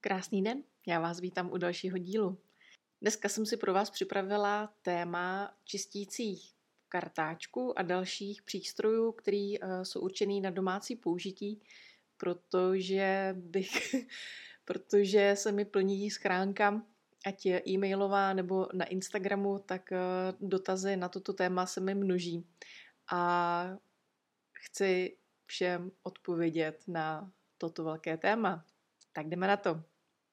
Krásný den, já vás vítám u dalšího dílu. Dneska jsem si pro vás připravila téma čistících kartáčků a dalších přístrojů, které jsou určený na domácí použití, protože se mi plní schránka, ať je e-mailová nebo na Instagramu, tak dotazy na toto téma se mi množí. A chci všem odpovědět na toto velké téma. Tak jdeme na to.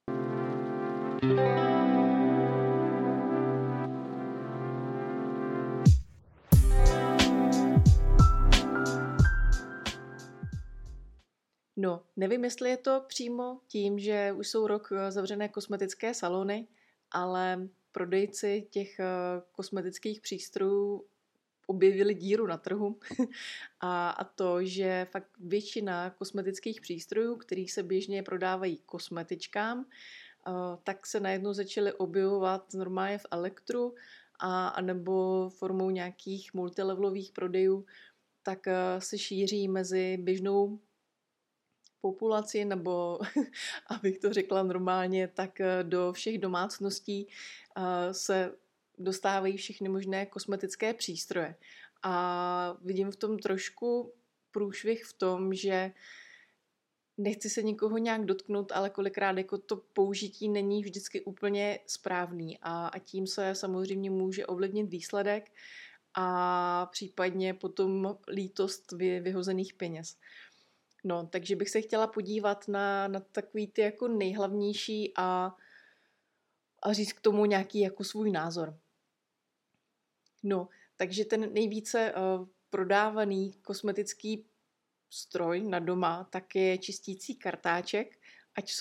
No, nevím, jestli je to přímo tím, že už jsou rok zavřené kosmetické salony, ale prodejci těch kosmetických přístrojů objevili díru na trhu a to, že fakt většina kosmetických přístrojů, který se běžně prodávají kosmetičkám, tak se najednou začaly objevovat normálně v elektru a nebo formou nějakých multilevelových prodejů, tak se šíří mezi běžnou populaci, nebo abych to řekla normálně, tak do všech domácností se dostávají všechny možné kosmetické přístroje. A vidím v tom trošku průšvih v tom, že nechci se nikoho nějak dotknout, ale kolikrát jako to použití není vždycky úplně správný a tím se samozřejmě může ovlivnit výsledek a případně potom lítost vyhozených peněz. No, takže bych se chtěla podívat na takový ty jako nejhlavnější a říct k tomu nějaký jako svůj názor. No, takže ten nejvíce prodávaný kosmetický stroj na doma, tak je čistící kartáček, ať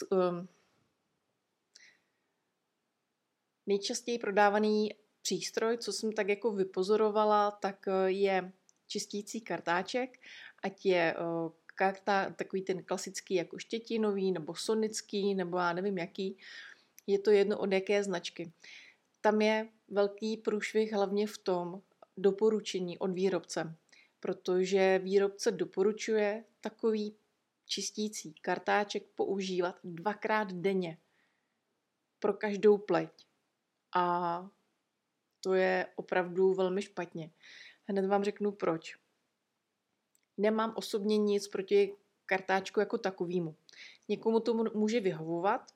nejčastěji prodávaný přístroj, co jsem tak jako vypozorovala, tak je čistící kartáček, ať je takový ten klasický jako štětinový, nebo sonický, nebo já nevím jaký, je to jedno od jaké značky. Tam je velký průšvih hlavně v tom doporučení od výrobce, protože výrobce doporučuje takový čistící kartáček používat 2x denně pro každou pleť. A to je opravdu velmi špatně. Hned vám řeknu proč. Nemám osobně nic proti kartáčku jako takovému. Někomu to může vyhovovat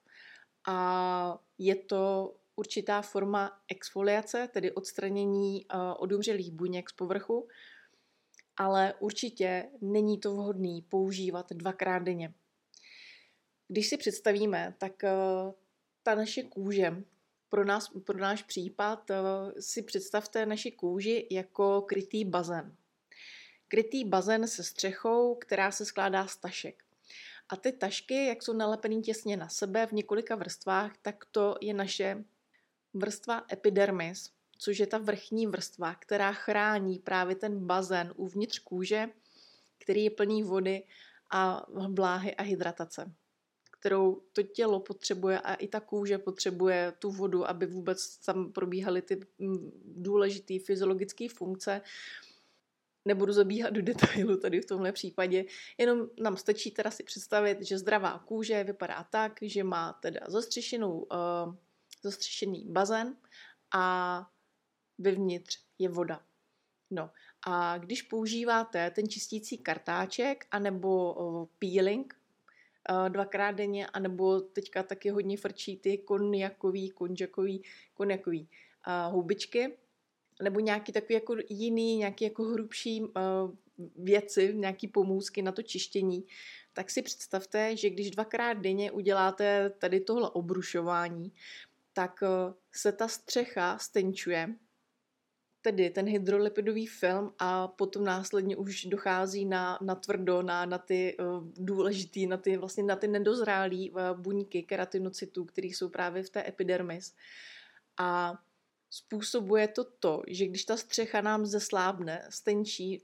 a je to určitá forma exfoliace, tedy odstranění odumřelých buněk z povrchu, ale určitě není to vhodné používat 2x denně. Když si představíme, tak ta naše kůže, pro náš případ si představte naši kůži jako krytý bazén. Krytý bazén se střechou, která se skládá z tašek. A ty tašky, jak jsou nalepený těsně na sebe v několika vrstvách, tak to je naše vrstva epidermis, což je ta vrchní vrstva, která chrání právě ten bazén uvnitř kůže, který je plný vody a vláhy a hydratace, kterou to tělo potřebuje a i ta kůže potřebuje tu vodu, aby vůbec tam probíhaly ty důležité fyziologické funkce. Nebudu zabíhat do detailu tady v tomhle případě, jenom nám stačí teda si představit, že zdravá kůže vypadá tak, že má teda zastřešený bazén a vevnitř je voda. No a když používáte ten čistící kartáček anebo peeling 2x denně, anebo teďka taky hodně frčí ty konjakový houbičky, nebo nějaký takový jako jiný, nějaký jako hrubší věci, nějaký pomůcky na to čištění, tak si představte, že když 2x denně uděláte tady tohle obrušování, tak se ta střecha stenčuje, tedy ten hydrolipidový film a potom následně už dochází na tvrdo, na ty důležitý, na ty nedozrálý buňky keratinocytů, které jsou právě v té epidermis. A způsobuje to, že když ta střecha nám zeslábne, stenčí,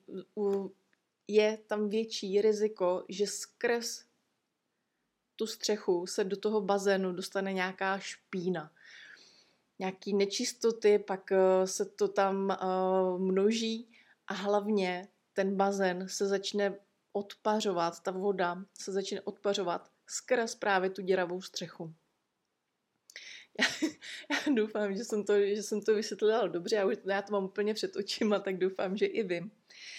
je tam větší riziko, že skrz tu střechu se do toho bazénu dostane nějaká špína. Nějaký nečistoty, pak se to tam množí a hlavně ten bazén se začne odpařovat, ta voda se začne odpařovat skrz právě tu děravou střechu. Já doufám, že jsem to vysvětlila dobře, já to mám úplně před očima, tak doufám, že i vy.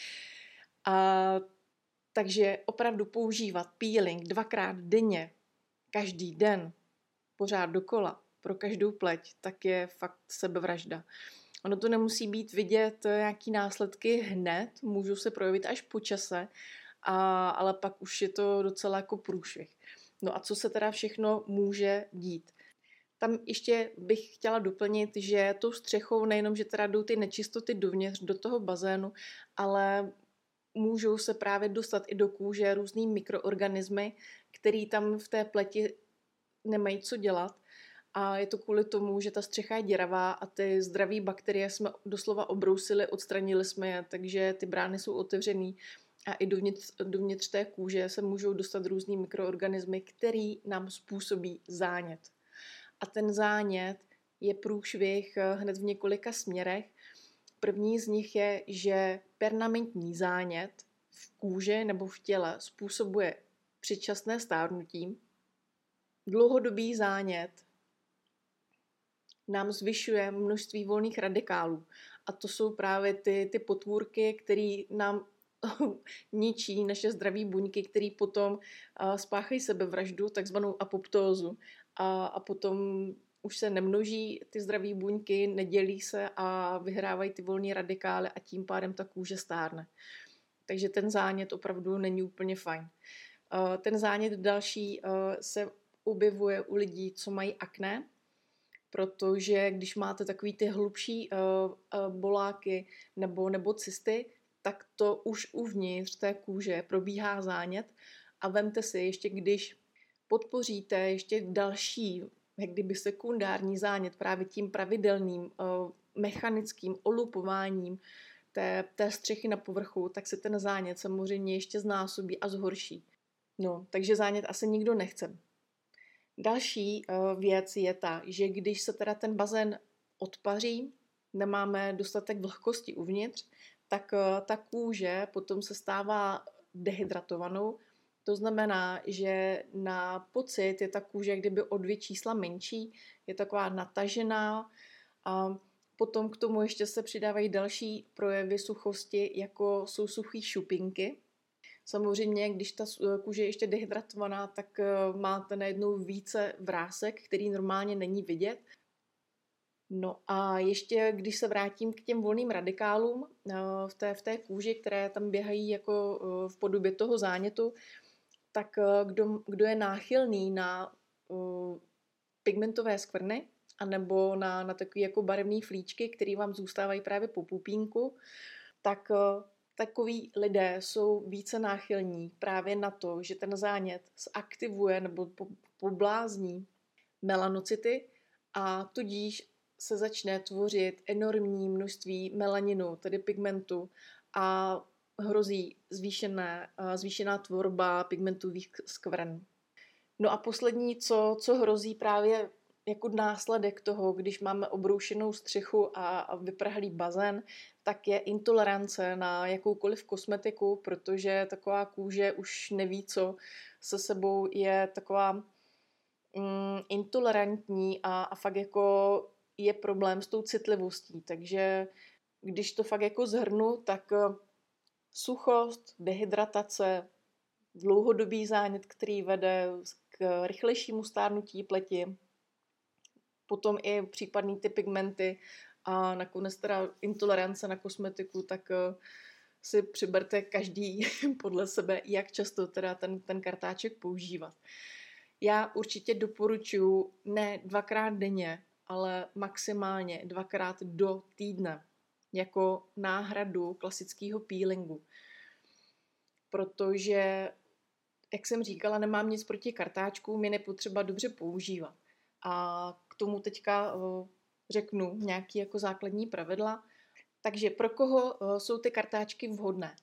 Takže opravdu používat peeling 2krát denně, každý den, pořád dokola, pro každou pleť, tak je fakt sebevražda. Ono to nemusí být vidět nějaký následky hned, můžou se projevit až po čase, ale pak už je to docela jako průšvih. No a co se teda všechno může dít? Tam ještě bych chtěla doplnit, že tou střechou nejenom, že teda jdou ty nečistoty dovnitř do toho bazénu, ale můžou se právě dostat i do kůže různý mikroorganismy, který tam v té pleti nemají co dělat. A je to kvůli tomu, že ta střecha je děravá a ty zdraví bakterie jsme doslova obrousili, odstranili jsme je, takže ty brány jsou otevřený a i dovnitř té kůže se můžou dostat různý mikroorganismy, který nám způsobí zánět. A ten zánět je průšvih hned v několika směrech. První z nich je, že permanentní zánět v kůži nebo v těle způsobuje předčasné stárnutí. Dlouhodobý zánět nám zvyšuje množství volných radikálů. A to jsou právě ty potvůrky, které nám ničí naše zdraví buňky, které potom spáchají sebevraždu, takzvanou apoptózu. A potom už se nemnoží ty zdraví buňky, nedělí se a vyhrávají ty volné radikály a tím pádem ta kůže stárne. Takže ten zánět opravdu není úplně fajn. Ten zánět další se objevuje u lidí, co mají akné, protože když máte takový ty hlubší boláky nebo cysty, tak to už uvnitř té kůže probíhá zánět a vemte si ještě, když podpoříte ještě další, jak kdyby sekundární zánět právě tím pravidelným mechanickým olupováním té střechy na povrchu, tak se ten zánět samozřejmě ještě znásobí a zhorší. No, takže zánět asi nikdo nechce. Další věc je ta, že když se teda ten bazén odpaří, nemáme dostatek vlhkosti uvnitř, tak ta kůže potom se stává dehydratovanou. To znamená, že na pocit je ta kůže kdyby o 2 čísla menší, je taková natažená a potom k tomu ještě se přidávají další projevy suchosti, jako jsou suchý šupinky. Samozřejmě, když ta kůže je ještě dehydratovaná, tak máte najednou více vrásek, který normálně není vidět. No a ještě, když se vrátím k těm volným radikálům v té kůži, které tam běhají jako v podobě toho zánětu, tak kdo je náchylný na pigmentové skvrny anebo na takové jako barevné flíčky, které vám zůstávají právě po pupínku, tak takoví lidé jsou více náchylní právě na to, že ten zánět zaktivuje nebo poblázní melanocyty a tudíž se začne tvořit enormní množství melaninu, tedy pigmentu, a hrozí zvýšená tvorba pigmentových skvrn. No a poslední, co hrozí právě jako následek toho, když máme obroušenou střechu a vyprahlý bazén, tak je intolerance na jakoukoliv kosmetiku, protože taková kůže už neví, co se sebou je taková intolerantní a fakt jako je problém s tou citlivostí. Takže když to fakt jako zhrnu, tak suchost, dehydratace, dlouhodobý zánět, který vede k rychlejšímu stárnutí pleti, potom i případný ty pigmenty a nakonec teda intolerance na kosmetiku, tak si přiberte každý podle sebe, jak často teda ten kartáček používat. Já určitě doporučuji ne 2krát denně, ale maximálně 2krát do týdne jako náhradu klasického peelingu. Protože, jak jsem říkala, nemám nic proti kartáčkům, je nepotřeba dobře používat. A k tomu teďka řeknu nějaké jako základní pravidla. Takže pro koho jsou ty kartáčky vhodné?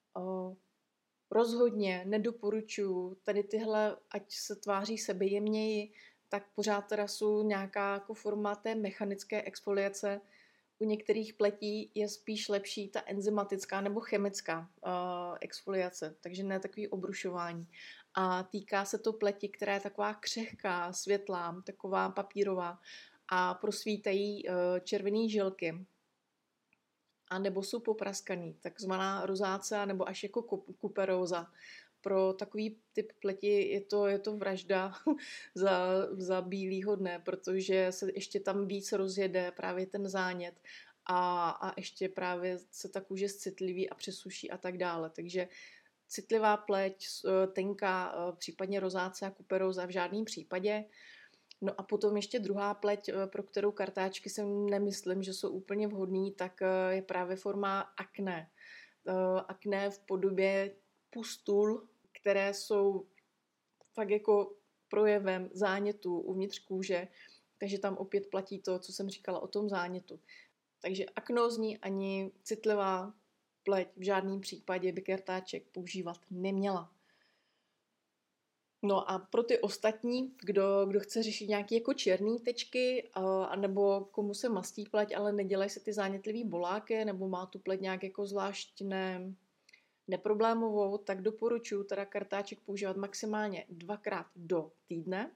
Rozhodně nedoporučuji tady tyhle, ať se tváří sebejemněji, tak pořád teda jsou nějaká jako forma té mechanické exfoliace, U některých pletí je spíš lepší ta enzymatická nebo chemická exfoliace, takže ne takový obrušování. A týká se to pleti, která je taková křehká, světlá, taková papírová a prosvítají červený žilky. A nebo jsou popraskaný, takzvaná rozácea nebo až jako kuperóza. Pro takový typ pleti je to vražda za bílýho dne, protože se ještě tam víc rozjede právě ten zánět a ještě právě se ta kůže zcitliví a přesuší a tak dále. Takže citlivá pleť, tenká, případně rozácea, kuperóza v žádném případě. No a potom ještě druhá pleť, pro kterou kartáčky si nemyslím, že jsou úplně vhodný, tak je právě forma akné. Akné v podobě pustul, které jsou fakt jako projevem zánětu uvnitř kůže, takže tam opět platí to, co jsem říkala o tom zánětu. Takže aknózní ani citlivá pleť v žádném případě by kartáček používat neměla. No a pro ty ostatní, kdo chce řešit nějaké jako černé tečky, anebo komu se mastí pleť, ale nedělají se ty zánětlivý boláky, nebo má tu pleť nějak jako zvlášť neproblémovou, tak doporučuji teda kartáček používat maximálně 2krát do týdne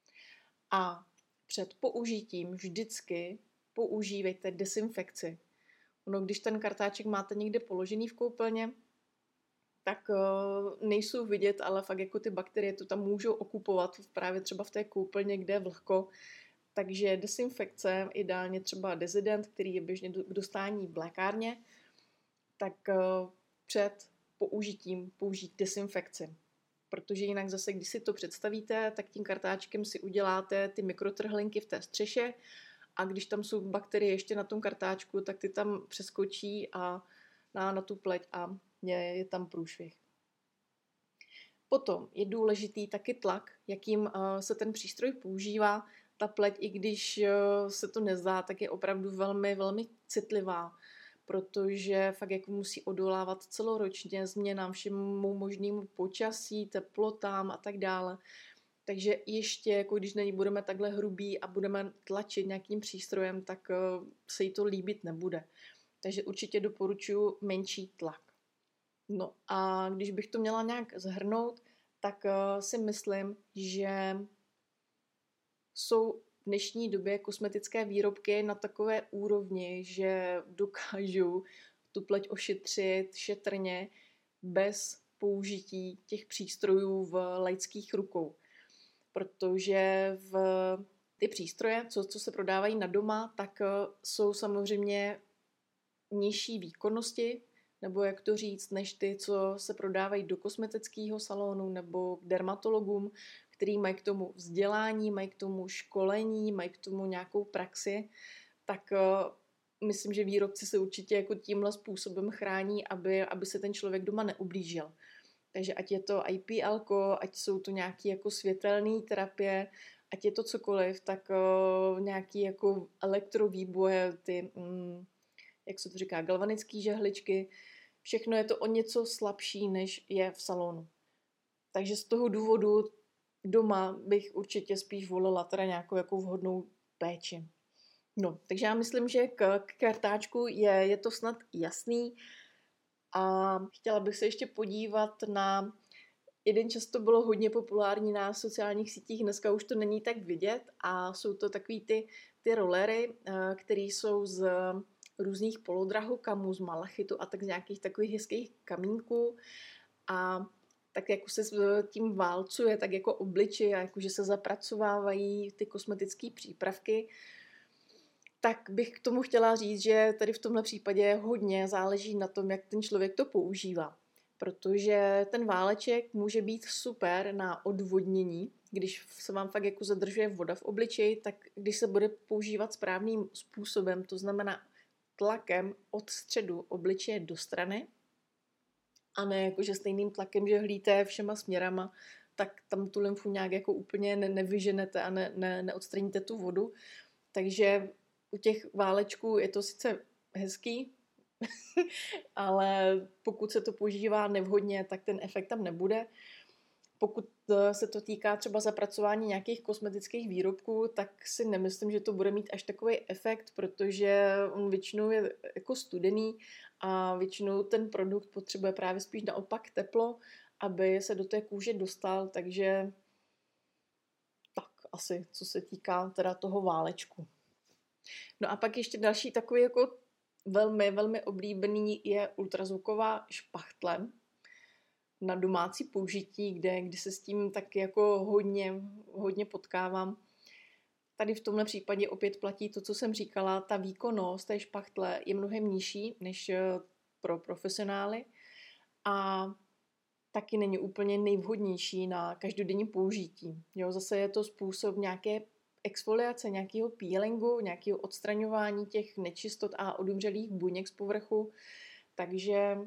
a před použitím vždycky používejte dezinfekci. No, když ten kartáček máte někde položený v koupelně, tak nejsou vidět, ale fakt jako ty bakterie to tam můžou okupovat právě třeba v té koupelně, kde je vlhko. Takže dezinfekce, ideálně třeba Desident, který je běžně k dostání v lékárně, tak před použitím použít dezinfekci. Protože jinak zase, když si to představíte, tak tím kartáčkem si uděláte ty mikrotrhlinky v té střeše a když tam jsou bakterie ještě na tom kartáčku, tak ty tam přeskočí a na tu pleť a je tam průšvih. Potom je důležitý taky tlak, jakým se ten přístroj používá. Ta pleť, i když se to nezdá, tak je opravdu velmi, velmi citlivá, protože fakt jako musí odolávat celoročně změnám všemu možnému počasí, teplotám a tak dále. Takže ještě, jako když na ní budeme takhle hrubí a budeme tlačit nějakým přístrojem, tak se jí to líbit nebude. Takže určitě doporučuji menší tlak. No a když bych to měla nějak zhrnout, tak si myslím, že jsou v dnešní době kosmetické výrobky na takové úrovni, že dokážou tu pleť ošetřit šetrně bez použití těch přístrojů v laických rukou. Protože ty přístroje, co se prodávají na doma, tak jsou samozřejmě nižší výkonnosti, nebo jak to říct, než ty, co se prodávají do kosmetického salonu nebo k dermatologům, který mají k tomu vzdělání, mají k tomu školení, mají k tomu nějakou praxi, tak myslím, že výrobci se určitě jako tímhle způsobem chrání, aby se ten člověk doma neublížil. Takže ať je to IPL, ať jsou to nějaké jako světelné terapie, ať je to cokoliv, tak nějaký jako elektrovýboje, ty jak se to říká, galvanické žehličky, všechno je to o něco slabší, než je v salonu. Takže z toho důvodu doma bych určitě spíš volila teda nějakou jako vhodnou péči. No, takže já myslím, že k kartáčku je to snad jasný a chtěla bych se ještě podívat na jeden čas to bylo hodně populární na sociálních sítích, dneska už to není tak vidět a jsou to takový ty rolery, které jsou z různých polodrahokamů, z malachitu a tak z nějakých takových hezkých kamínků a tak jako se tím válcuje, tak jako obličej a jako že se zapracovávají ty kosmetické přípravky, tak bych k tomu chtěla říct, že tady v tomhle případě hodně záleží na tom, jak ten člověk to používá. Protože ten váleček může být super na odvodnění, když se vám fakt jako zadržuje voda v obličeji, tak když se bude používat správným způsobem, to znamená tlakem od středu obličeje do strany, a ne jakože stejným tlakem, že hlíte všema směrama, tak tam tu lymfu nějak jako úplně nevyženete a neodstraníte tu vodu. Takže u těch válečků je to sice hezký, ale pokud se to používá nevhodně, tak ten efekt tam nebude. Pokud se to týká třeba zapracování nějakých kosmetických výrobků, tak si nemyslím, že to bude mít až takový efekt, protože on většinou je jako studený a většinou ten produkt potřebuje právě spíš naopak teplo, aby se do té kůže dostal, takže tak asi, co se týká teda toho válečku. No a pak ještě další takový jako velmi, velmi oblíbený je ultrazvuková špachtle na domácí použití, kdy se s tím tak jako hodně potkávám. Tady v tomhle případě opět platí to, co jsem říkala, ta výkonnost té špachtle je mnohem nižší než pro profesionály a taky není úplně nejvhodnější na každodenní použití. Jo, zase je to způsob nějaké exfoliace, nějakého peelingu, nějakého odstraňování těch nečistot a odumřelých buněk z povrchu, takže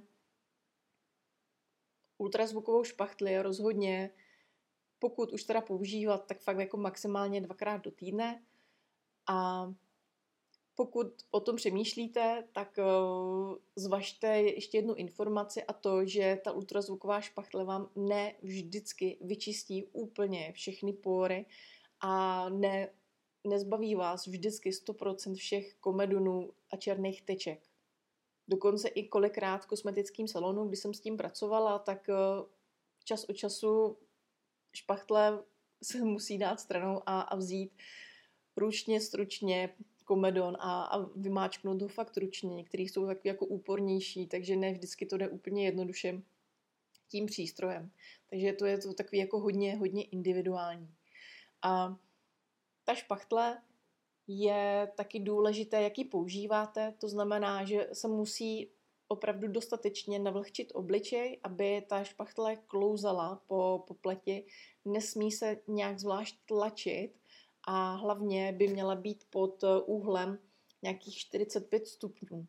ultrazvukovou špachtli rozhodně, pokud už teda používat, tak fakt jako maximálně 2krát do týdne. A pokud o tom přemýšlíte, tak zvažte ještě jednu informaci a to, že ta ultrazvuková špachtle vám ne vždycky vyčistí úplně všechny pory a nezbaví vás vždycky 100% všech komedonů a černých teček. Dokonce i kolikrát v kosmetickém salonu, kdy jsem s tím pracovala, tak čas od času špachtle se musí dát stranou a vzít ručně, stručně komedon a vymáčknout ho fakt ručně. Některý jsou takový jako úpornější, takže ne vždycky to jde úplně jednoduše tím přístrojem. Takže to je to takový jako hodně individuální. A ta špachtle je taky důležité, jak ji používáte. To znamená, že se musí opravdu dostatečně navlhčit obličej, aby ta špachtle klouzala po pleti. Nesmí se nějak zvlášť tlačit a hlavně by měla být pod úhlem nějakých 45 stupňů,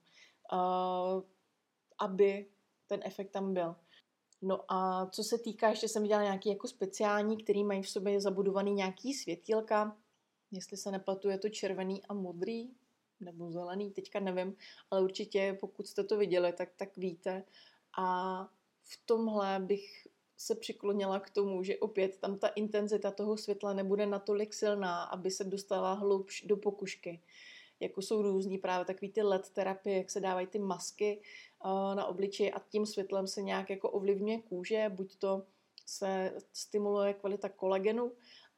aby ten efekt tam byl. No a co se týká, ještě jsem viděla nějaký jako speciální, který mají v sobě zabudovaný nějaký světýlka, jestli se nepletu, je to červený a modrý, nebo zelený, teďka nevím, ale určitě pokud jste to viděli, tak víte. A v tomhle bych se přiklonila k tomu, že opět tam ta intenzita toho světla nebude natolik silná, aby se dostala hloubš do pokušky. Jako jsou různý právě takový ty LED terapie, jak se dávají ty masky na obličeji a tím světlem se nějak jako ovlivňuje kůže, buď to se stimuluje kvalita kolagenu,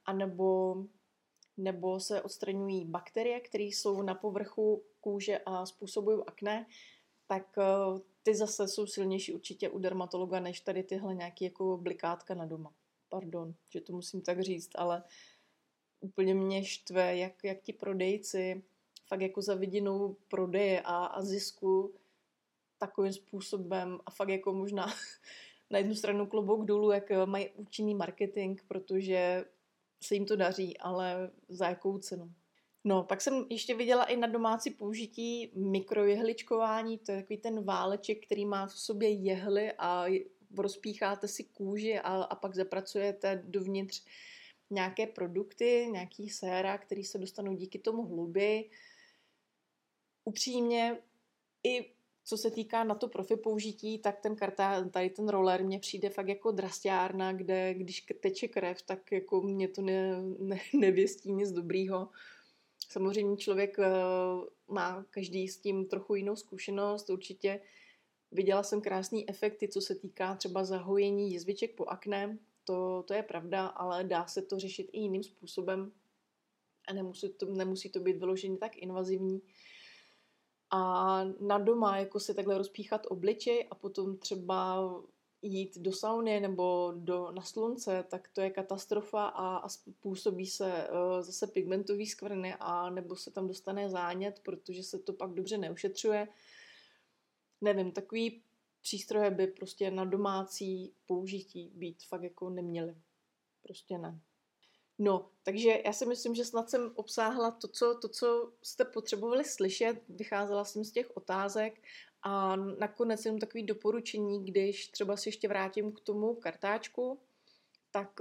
nebo se odstraňují bakterie, které jsou na povrchu kůže a způsobují akné, tak ty zase jsou silnější určitě u dermatologa, než tady tyhle nějaké jako blikátka na doma. Pardon, že to musím tak říct, ale úplně mě štve, jak ti prodejci fakt jako za vidinou prodeje a zisku takovým způsobem a fakt jako možná na jednu stranu klobouk dolů, jak mají účinný marketing, protože se jim to daří, ale za jakou cenu. No, pak jsem ještě viděla i na domácí použití mikrojehličkování, to je takový ten váleček, který má v sobě jehly a rozpícháte si kůži a pak zapracujete dovnitř nějaké produkty, nějaký séra, který se dostanou díky tomu hluby. Upřímně, i co se týká na to profi použití, tak tady ten roller mně přijde fakt jako drastiárna, kde když teče krev, tak jako mě to nevěstí nic dobrýho. Samozřejmě člověk má každý s tím trochu jinou zkušenost. Určitě viděla jsem krásný efekty, co se týká třeba zahojení jizviček po akné. To je pravda, ale dá se to řešit i jiným způsobem a nemusí to být vyloženě tak invazivní. A na doma jako si takhle rozpíchat obličej a potom třeba jít do sauny nebo na slunce, tak to je katastrofa a způsobí se zase pigmentový skvrny a nebo se tam dostane zánět, protože se to pak dobře neušetřuje. Nevím, takový přístroje by prostě na domácí použití být fakt jako neměly. Prostě ne. No, takže já si myslím, že snad jsem obsáhla to, co jste potřebovali slyšet, vycházela jsem z těch otázek a nakonec jenom takový doporučení, když třeba si ještě vrátím k tomu kartáčku, tak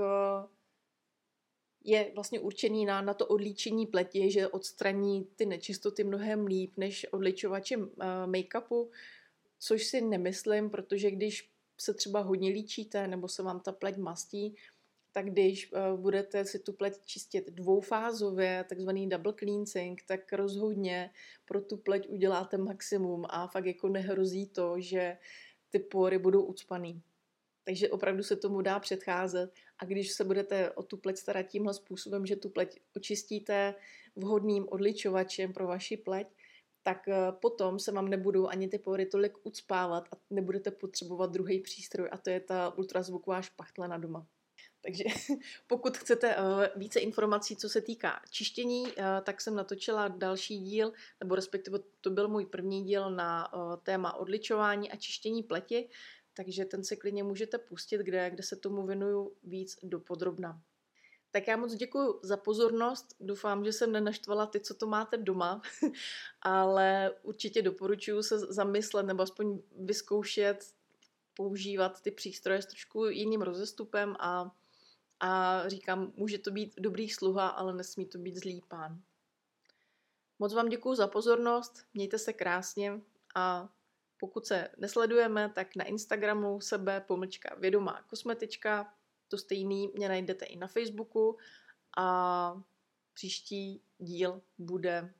je vlastně určený na to odlíčení pleti, že odstraní ty nečistoty mnohem líp než odličovače make-upu, což si nemyslím, protože když se třeba hodně líčíte nebo se vám ta pleť mastí, tak když budete si tu pleť čistit dvoufázově, takzvaný double cleansing, tak rozhodně pro tu pleť uděláte maximum a fakt jako nehrozí to, že ty pory budou ucpaný. Takže opravdu se tomu dá předcházet a když se budete o tu pleť starat tímhle způsobem, že tu pleť očistíte vhodným odličovačem pro vaši pleť, tak potom se vám nebudou ani ty pory tolik ucpávat a nebudete potřebovat druhý přístroj a to je ta ultrazvuková špachtlena doma. Takže pokud chcete více informací, co se týká čištění, tak jsem natočila další díl, nebo respektive to byl můj první díl na téma odličování a čištění pleti, takže ten se klidně můžete pustit, kde se tomu věnuju víc dopodrobna. Tak já moc děkuji za pozornost, doufám, že jsem nenaštvala ty, co to máte doma, ale určitě doporučuji se zamyslet nebo aspoň vyzkoušet používat ty přístroje s trošku jiným rozestupem a říkám, může to být dobrý sluha, ale nesmí to být zlý pán. Moc vám děkuji za pozornost, mějte se krásně a pokud se nesledujeme, tak na Instagramu sebe_vědomá kosmetička, to stejný mě najdete i na Facebooku a příští díl bude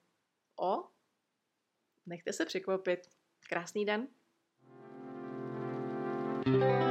nechte se překvapit. Krásný den.